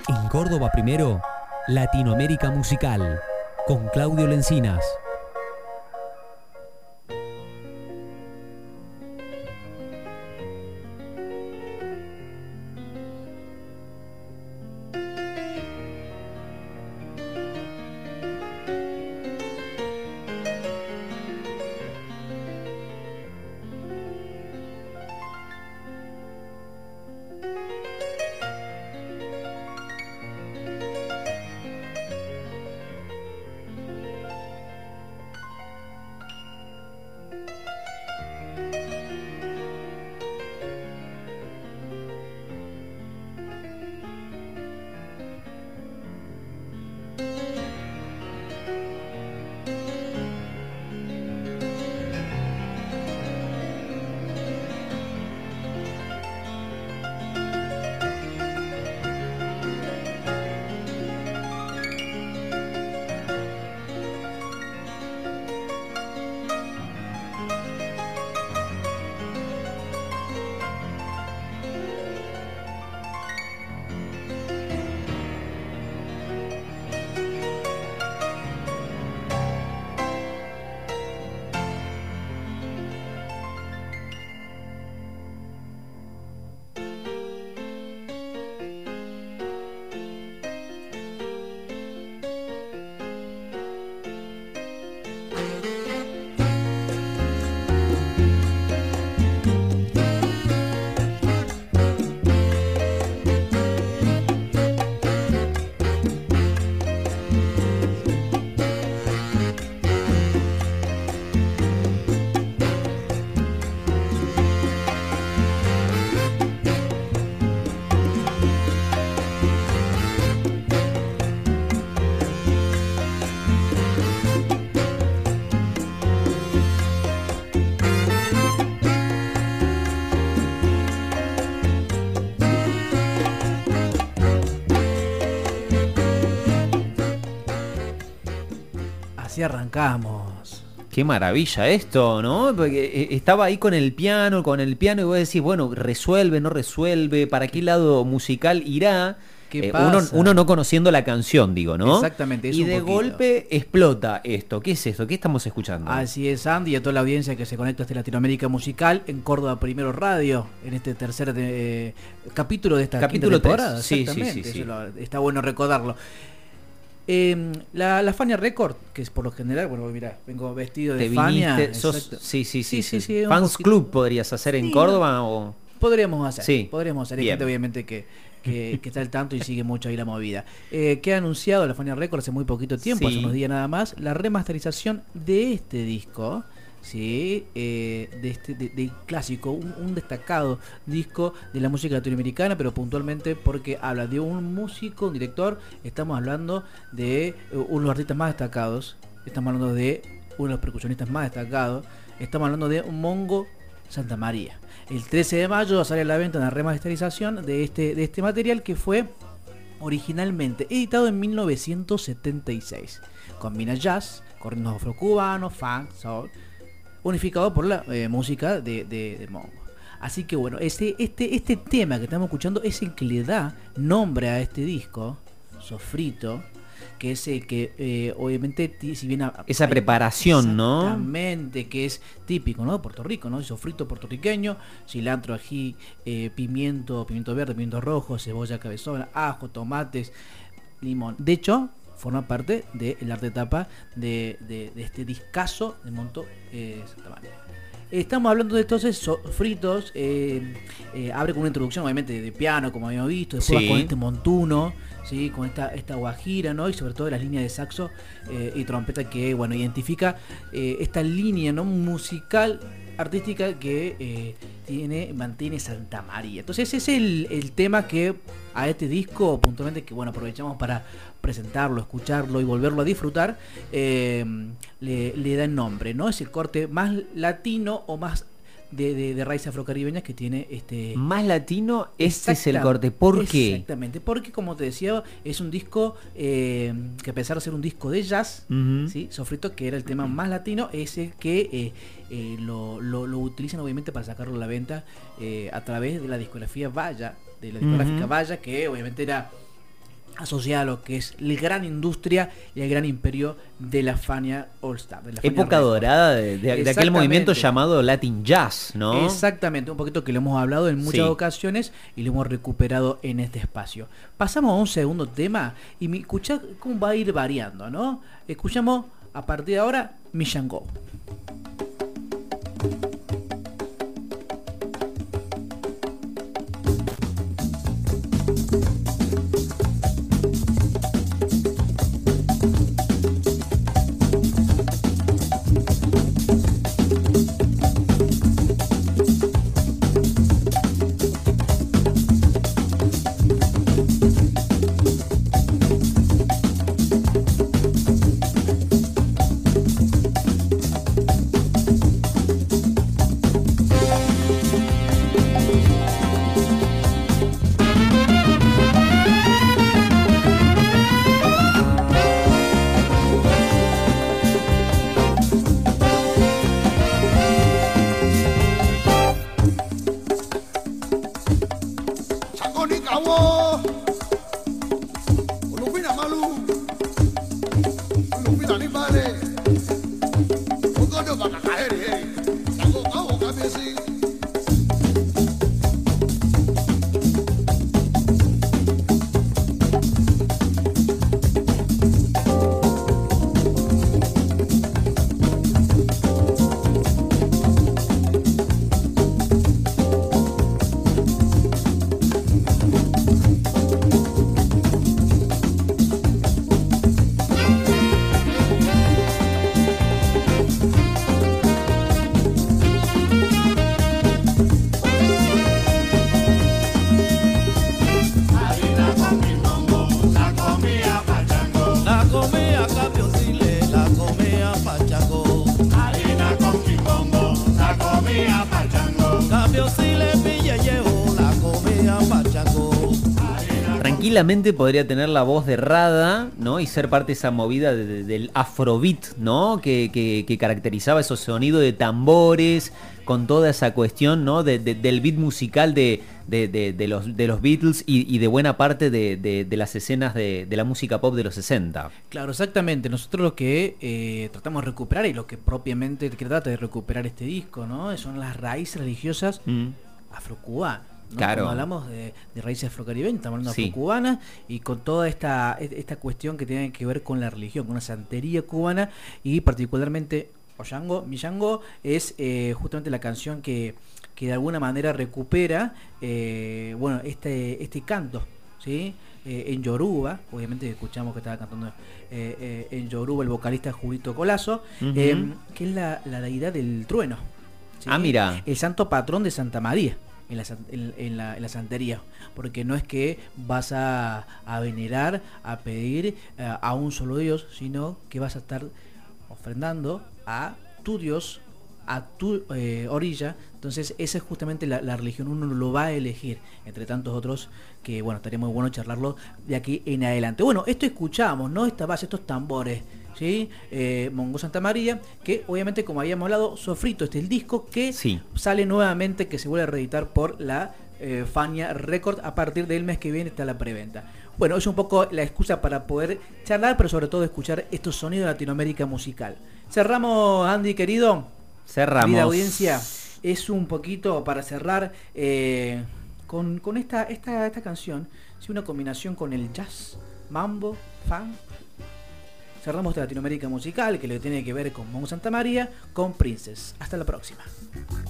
En Córdoba Primero, Latinoamérica Musical, con Claudio Lencinas. Así arrancamos. Qué maravilla esto, ¿no? Porque estaba ahí con el piano y vos decís, bueno, resuelve, no resuelve, ¿para qué lado musical irá? ¿Qué pasa? Uno no conociendo la canción, digo, ¿no? Exactamente, eso y un de poquito. golpe explota esto. ¿Qué es esto? ¿Qué estamos escuchando? Así es, Andy, y a toda la audiencia que se conecta a este Latinoamérica Musical en Córdoba Primero Radio, en este tercer capítulo de esta Capítulo quinta temporada. 3. Sí, Exactamente, sí. está bueno recordarlo. La Fania Record, que es por lo general, bueno, mira, vengo vestido de ¿Te Fania. viniste? Exacto. Sí. un ¿Fans poquito. Club podrías hacer en Sí, Córdoba o...? Podríamos hacer. Sí. Hay Bien. gente obviamente que está al tanto y sigue mucho ahí la movida. Que ha anunciado la Fania Record hace muy poquito tiempo, Sí. hace unos días nada más, la remasterización de este disco. Sí, de clásico, un destacado disco de la música latinoamericana, pero puntualmente porque habla de un músico, un director. Estamos hablando de uno de los artistas más destacados, estamos hablando de uno de los percusionistas más destacados, estamos hablando de Mongo Santamaría. El 13 de mayo sale a la venta una remasterización de este material que fue originalmente editado en 1976. Combina jazz, ritmos afrocubanos, funk, soul, unificado por la música de Mongo. Así que bueno, este tema que estamos escuchando es el que le da nombre a este disco, Sofrito, que es el que obviamente, si bien Esa preparación, ¿no? Exactamente, que es típico, ¿no? De Puerto Rico, ¿no? Sofrito puertorriqueño, cilantro, ají, pimiento verde, pimiento rojo, cebolla cabezona, ajo, tomates, limón. De hecho, forma parte del arte de tapa de este discazo de Monto Santamaría. Estamos hablando de entonces Sofritos, abre con una introducción obviamente de piano, como habíamos visto, después Sí. va con este montuno, ¿sí? Con esta guajira, ¿no? Y sobre todo las líneas de saxo y trompeta que, bueno, identifica esta línea, ¿no? Musical, artística que mantiene Santamaría. Entonces ese es el tema que a este disco puntualmente, que bueno, aprovechamos para presentarlo, escucharlo y volverlo a disfrutar, le da el nombre, ¿no? Es el corte más latino o más de raíces afrocaribeñas que tiene este... Más latino, este es el Exactamente, corte. ¿Por qué? Exactamente, porque como te decía, es un disco que a pesar de ser un disco de jazz, Ujú. ¿sí? Sofrito, que era el tema más latino, es el que lo utilizan obviamente para sacarlo a la venta a través de la discografía Vaya, de la discográfica Ujú. Vaya, que obviamente era asociada a lo que es la gran industria y el gran imperio de la Fania All Star. De la Fania Época Records. dorada de aquel movimiento llamado Latin Jazz, ¿no? Exactamente, un poquito que lo hemos hablado en muchas ocasiones y lo hemos recuperado en este espacio. Pasamos a un segundo tema y escuchá cómo va a ir variando, ¿no? Escuchamos a partir de ahora Millango. Tranquilamente podría tener la voz de Rada, ¿no? Y ser parte de esa movida del afrobeat, ¿no? Que caracterizaba esos sonidos de tambores, con toda esa cuestión, ¿no? Del beat musical de los Beatles y de buena parte de las escenas de la música pop de los 60. Claro, exactamente. Nosotros lo que tratamos de recuperar y lo que propiamente trata de recuperar este disco, ¿no? Son las raíces religiosas afrocubanas. ¿no? Claro. Cuando hablamos de raíces afrocaribeñas, estamos hablando de afrocubanas y con toda esta cuestión que tiene que ver con la religión, con la santería cubana y particularmente Millango es justamente la canción que de alguna manera recupera este canto, ¿sí? En Yoruba, obviamente escuchamos que estaba cantando en Yoruba el vocalista Julito Colazo, que es la deidad del trueno, ¿sí? Ah, mira. El santo patrón de Santa María en la santería, porque no es que vas a venerar, a pedir a un solo Dios, sino que vas a estar ofrendando a tu Dios, a tu orilla. Entonces esa es justamente la religión, uno lo va a elegir entre tantos otros que bueno, estaría muy bueno charlarlo de aquí en adelante. Bueno, esto escuchamos, ¿no? Esta base, estos tambores, ¿sí? Mongo Santa María, que obviamente como habíamos hablado, Sofrito, este es el disco que sale nuevamente, que se vuelve a reeditar por la Fania Record. A partir del mes que viene está la preventa. Bueno, es un poco la excusa para poder charlar, pero sobre todo escuchar estos sonidos de Latinoamérica musical. Cerramos, Andy, querido. Cerramos. Querida audiencia, es un poquito para cerrar con esta canción, ¿sí? Una combinación con el jazz, mambo, funk. Cerramos de Latinoamérica musical, que le tiene que ver con Mongo Santa María, con Princess. Hasta la próxima.